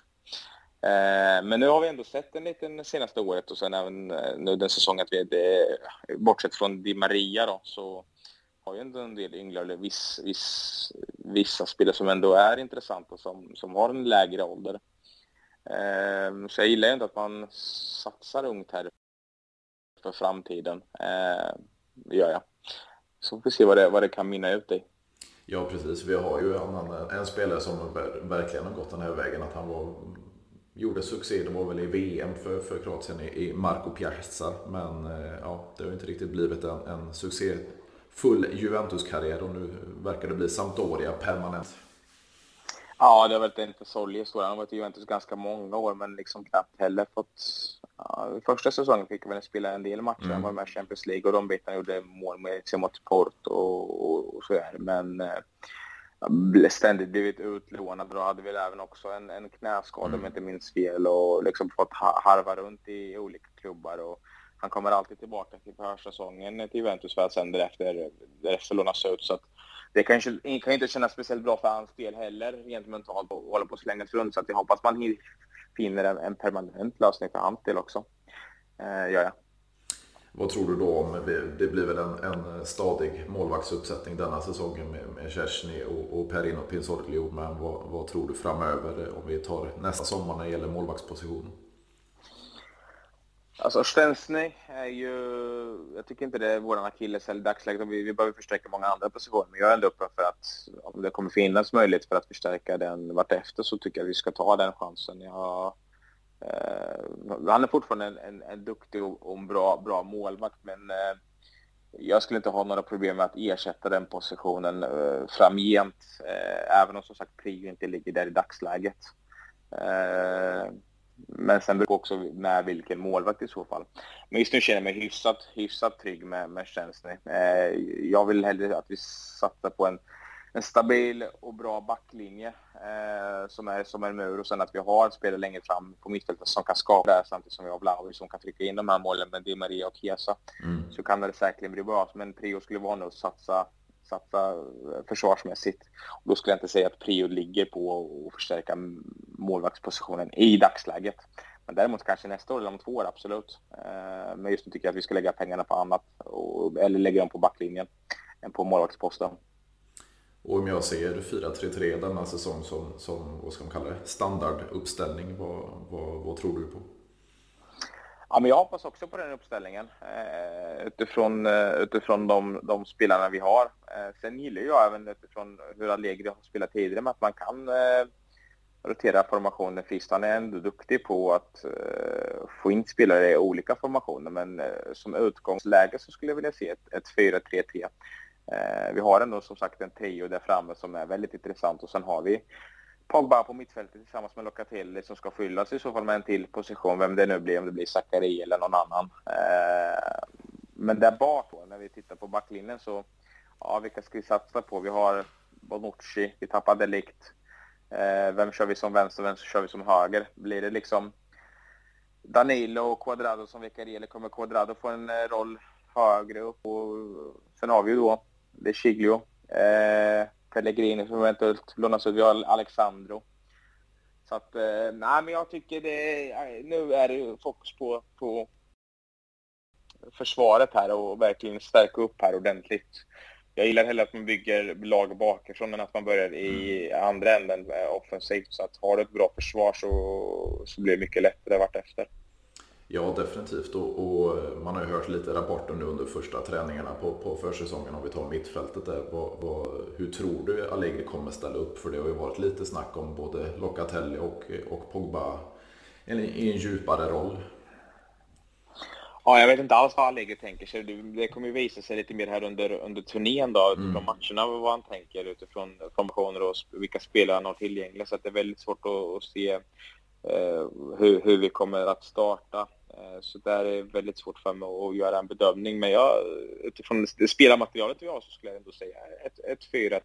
Men nu har vi ändå sett en liten senaste året och sen även nu den säsongen att bortsett från Di Maria då, så har ju ändå en del yngre, eller vissa spelare som ändå är intressanta, som har en lägre ålder. Så jag gillar ändå att man satsar ungt här för framtiden. Gör jag. Så får vi se vad det kan minna ut i. Ja, precis. Vi har ju en spelare som verkligen har gått den här vägen. Att gjorde succé, det var väl i VM för Kroatien i Marko Piazza. Men ja, det har ju inte riktigt blivit en succéfull Juventus-karriär. Och nu verkar det bli Sampdoria permanent. Ja, det har varit inte Solli stor. Han har varit i Juventus ganska många år, men liksom knappt heller fått... Ja, första säsongen fick väl spela en del matcher. Han var med i Champions League och de bitarna gjorde mål med sig mot Porto och så där. Men ständigt blivit utlånad. Då hade vi även också en knäskada om jag inte minns fel och liksom fått harva runt i olika klubbar. Och han kommer alltid tillbaka till försäsongen till Juventus för att sen därefter lånas ut. Så att det kan inte kännas speciellt bra för hans del heller rent mentalt och hålla på att slänga runt. Så att jag hoppas man finner en permanent lösning för hans del också. Gör jag. Vad tror du då om det blir väl en stadig målvaktsuppsättning denna säsongen med Szczesny och Perin och Pinsorglio, men vad tror du framöver om vi tar nästa sommar när det gäller målvaktsposition? Alltså Szczesny är ju, jag tycker inte det är våran akilleshäl i dagsläget. Vi behöver förstärka många andra positioner, men jag är ändå uppe för att om det kommer finnas möjlighet för att förstärka den vartefter så tycker jag vi ska ta den chansen. Han är fortfarande en duktig och en bra målvakt, men jag skulle inte ha några problem med att ersätta den positionen framgent, även om som sagt Prio inte ligger där i dagsläget. Men sen beror det också med vilken målvakt i så fall. Men just nu känner jag mig hyfsat trygg med Szczesny. Jag vill hellre att vi satsar på en stabil och bra backlinje som är som en mur, och sen att vi har spelare längre fram på mittfältet som kan skapa det samtidigt som vi har Vlahovic som kan trycka in de här målen med Di Maria och Chiesa. Så kan det säkerligen bli bra, men Prio skulle vara nu att satsa försvarsmässigt. Och då skulle jag inte säga att Prio ligger på att förstärka målvaktspositionen i dagsläget. Men däremot kanske nästa år eller om 2 år, absolut. Men just nu tycker jag att vi ska lägga pengarna på annat eller lägga dem på backlinjen än på målvaktsposten. Och om jag ser 4-3-3 denna säsong som vad ska man kalla det, standarduppställning, vad tror du på? Ja, men jag hoppas också på den uppställningen utifrån de spelarna vi har. Sen gillar jag även utifrån hur Allegri har spelat tidigare med att man kan rotera formationen friskt. Han är ändå duktig på att få in spelare i olika formationer, men som utgångsläge så skulle jag vilja se ett 4-3-3. Vi har ändå som sagt en trio där framme som är väldigt intressant, och sen har vi Pogba på mittfältet tillsammans med Locatelli som ska fyllas i så fall med en till position, vem det nu blir, om det blir Zachary eller någon annan. Men där bak då, när vi tittar på backlinjen så, ja, vilka ska vi satsa på? Vi har Bonucci, vi tappar De Ligt. Vem kör vi som vänster, vem kör vi som höger? Blir det liksom Danilo och Cuadrado som vikarierar, eller kommer Cuadrado få en roll högre upp? Och sen har vi ju då De Sciglio, Pellegrini som eventuellt lånas ut, vi har Alexandro. Så att, nej, men jag tycker nu är det fokus på försvaret här och verkligen stärka upp här ordentligt. Jag gillar hellre att man bygger lag bakifrån än att man börjar i andra änden offensivt. Så att har du ett bra försvar så blir det mycket lättare vart efter. Ja, definitivt. Och man har ju hört lite rapporter nu under första träningarna på försäsongen, om vi tar mittfältet där. Hur tror du Allegri kommer ställa upp? För det har ju varit lite snack om både Locatelli och Pogba i en djupare roll. Ja, jag vet inte alls vad Allegri tänker sig. Det kommer ju visa sig lite mer här under turnén då, utifrån matcherna, vad han tänker utifrån formationer och vilka spelare han har tillgängliga. Så att det är väldigt svårt att se hur vi kommer att starta. Så där är väldigt svårt för mig att göra en bedömning. Men utifrån det spelarmaterialet vi har så skulle jag ändå säga ett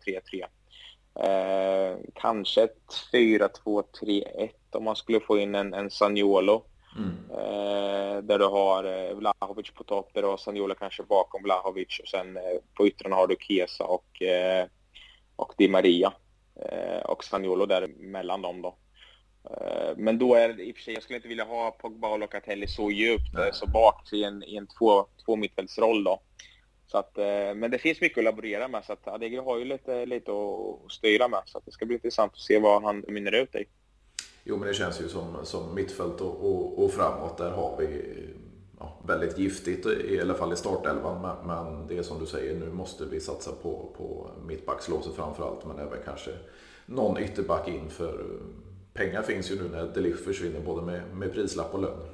4-3-3. Kanske ett 4-2-3-1 om man skulle få in en Zaniolo. Där du har Vlahovic på topp, där du har Zaniolo kanske bakom Vlahovic, och sen på yttrarna har du Chiesa och Di Maria och Zaniolo där mellan dem då. Men då är det i och för sig, jag skulle inte vilja ha Pogba och Locatelli så djupt så bak i en två mittfältsroll då. Så att, men det finns mycket att laborera med, så att Adegri har ju lite att styra med, så att det ska bli intressant att se vad han mynnar ut i. Jo, men det känns ju som mittfält och framåt, där har vi väldigt giftigt, i alla fall i startelvan, men det är som du säger, nu måste vi satsa på mittbackslåset framförallt, men även kanske någon ytterback in, för pengar finns ju nu när De Ligt försvinner, både med prislapp och lön.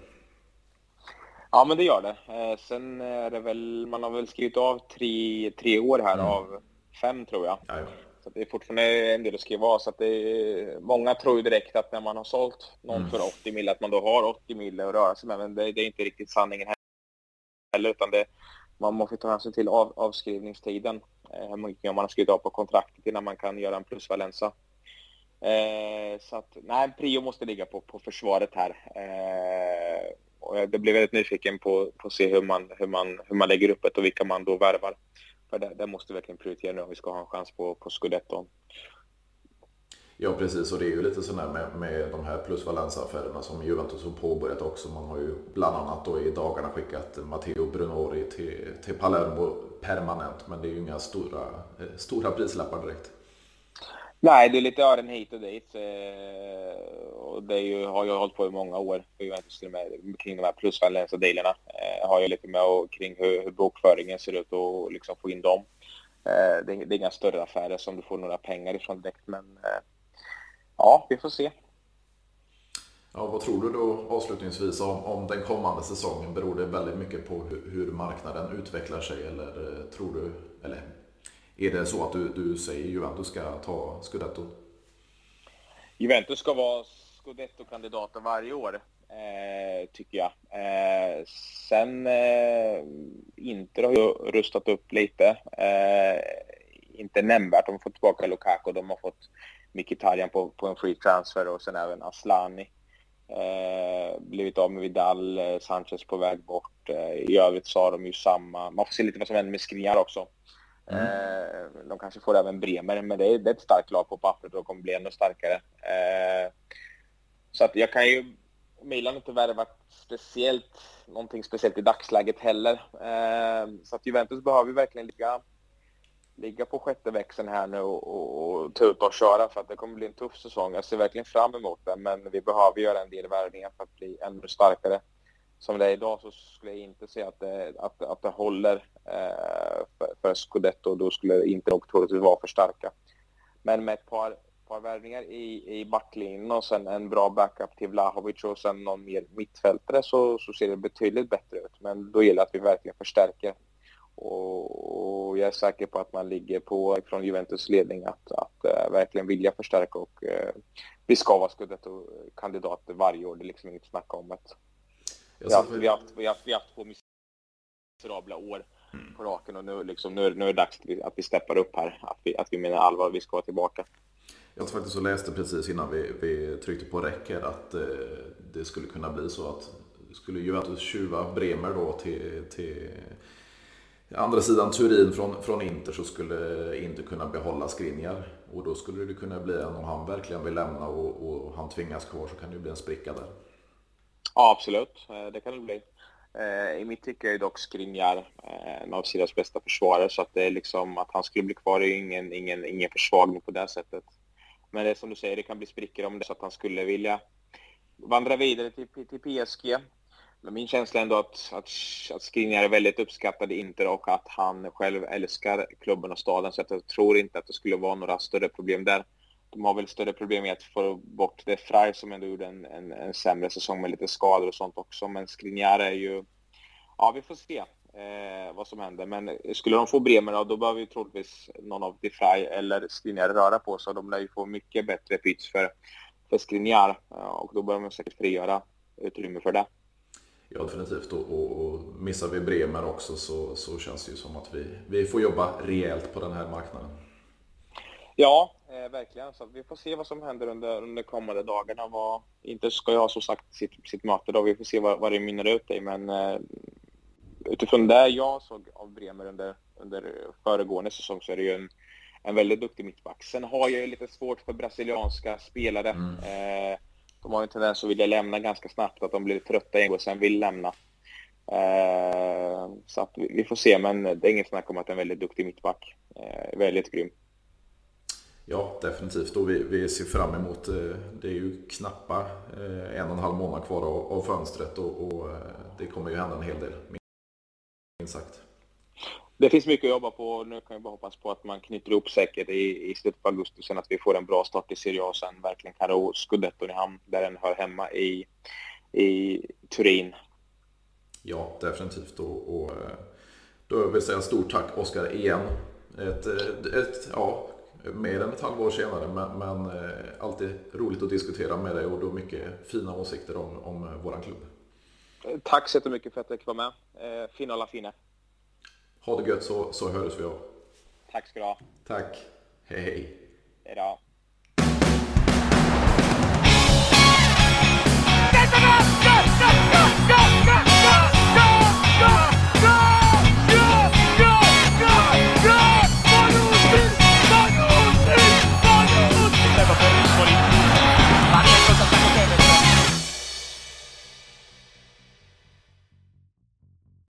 Ja, men det gör det. Sen är det väl, man har väl skrivit av 3 år här av 5, tror jag. Ja. Så det är fortfarande en del att skriva av. Så att många tror ju direkt att när man har sålt någon för 80 mil, att man då har 80 mil att röra sig med. Men det är inte riktigt sanningen heller, utan man måste ta hänsyn till avskrivningstiden. Hur mycket man har skrivit av på kontraktet innan man kan göra en plusvalensa. Så att, nej, prio måste ligga på försvaret här. Och det blir väldigt nyfiken på att se hur man lägger upp det och vilka man då värvar. För det måste verkligen prioritera nu om vi ska ha en chans på Scudetto. Ja, precis, och det är ju lite sådär med de här plusvalensaffärerna som Juventus har påbörjat också. Man har ju bland annat då i dagarna skickat Matteo Brunori till Palermo permanent, men det är ju inga stora prislappar direkt. Nej, det är lite ören hit och dit. Och det har jag hållit på i många år. Kring de här plusvalensa-dealerna. Har jag lite med kring hur bokföringen ser ut och liksom få in dem. Det är inga större affärer som du får några pengar ifrån direkt, men ja, vi får se. Ja, vad tror du då avslutningsvis om den kommande säsongen? Beror det väldigt mycket på hur marknaden utvecklar sig, eller tror du, eller är det så att du säger Juventus ska ta Scudetto? Juventus ska vara Scudetto-kandidater varje år, tycker jag. Sen Inter har ju rustat upp lite. Inte nämnvärt. De har fått tillbaka Lukaku, de har fått Mkhitaryan på en free transfer, och sen även Aslani. Blivit av med Vidal, Sanchez på väg bort. I övrigt så har de ju samma. Man får se lite vad som händer med Skriniar också. De kanske får även Bremer, men det är ett starkt lag på pappret och de kommer bli ännu starkare. Så att jag kan ju, Milan inte värvat någonting speciellt i dagsläget heller. Så att Juventus behöver verkligen ligga på sjätte växeln här nu och tuta och köra, för att det kommer bli en tuff säsong. Jag ser verkligen fram emot det, men vi behöver göra en del värvningar för att bli ännu starkare. Som det är idag så skulle jag inte säga att det håller för Scudetto, då skulle det inte nog troligtvis vara för starka. Men med ett par värvningar i backlinjen och sen en bra backup till Vlahovic och sen någon mer mittfältare, så ser det betydligt bättre ut. Men då gäller det att vi verkligen förstärker. Och jag är säker på att man ligger från Juventus ledning att verkligen vilja förstärka, och vi ska vara Scudetto-kandidater varje år. Det är liksom inget snack om det. Vi har haft 2 miserabla år på raken, och nu är det dags att vi steppar upp här. Att vi menar allvar, vi ska vara tillbaka. Jag faktiskt så läste precis innan vi tryckte på räcker att det skulle kunna bli så att skulle Juventus tjuva Bremer då till andra sidan Turin från Inter, så skulle Inter kunna behålla Skriniar, och då skulle det kunna bli, om han verkligen vill lämna och han tvingas kvar, så kan det bli en spricka där. Ja, absolut. Det kan det bli. I mitt tycke är dock Skriniar en av Sidas bästa försvarare, så att det är liksom att han skulle bli kvar är ingen försvagning på det sättet. Men det är som du säger, det kan bli sprickor om det så att han skulle vilja vandra vidare till PSG. Men min känsla är ändå att Skriniar är väldigt uppskattad i Inter, och att han själv älskar klubben och staden, så att jag tror inte att det skulle vara några större problem där. De har väl större problem med att få bort det Frey, som ändå gjorde en sämre säsong med lite skador och sånt också. Men Skriniar är ju... Ja, vi får se vad som händer. Men skulle de få Bremer, då behöver ju troligtvis någon av de Frey eller Skriniar röra på sig. De lär ju få mycket bättre pitch för Skriniar. Och då behöver man säkert frigöra utrymme för det. Ja, definitivt. Och missar vi Bremer också, så känns det ju som att vi får jobba rejält på den här marknaden. Ja, verkligen. Så vi får se vad som händer under kommande dagarna. Inte ska jag ha så sagt sitt möte då. Vi får se vad det mynnar ut i. Men utifrån det jag såg av Bremer under föregående säsong, så är det ju en väldigt duktig mittback. Sen har jag ju lite svårt för brasilianska spelare. De har ju en tendens att vilja lämna ganska snabbt, att de blir trötta en gång och sen vill lämna. Så att vi får se, men det är inget snack om att en väldigt duktig mittback. Väldigt grym. Ja, definitivt. Och vi ser fram emot, det är ju knappa 1,5 månad kvar av fönstret och det kommer ju hända en hel del, minst sagt. Det finns mycket att jobba på. Nu kan vi bara hoppas på att man knyter ihop säkert i slutet på augusti, sen att vi får en bra start i Serie A och sen verkligen kan ro Scudetton i hamn där den hör hemma i Turin. Ja, definitivt. Och då vill jag säga stort tack Oskar igen. Mer än ett halvår senare, men alltid roligt att diskutera med dig och då mycket fina åsikter om våran klubb. Tack så mycket för att jag fick vara med. Fin alla fina. Ha det gött, så hörs vi av. Tack ska du ha. Tack. Hej hej. Hej då.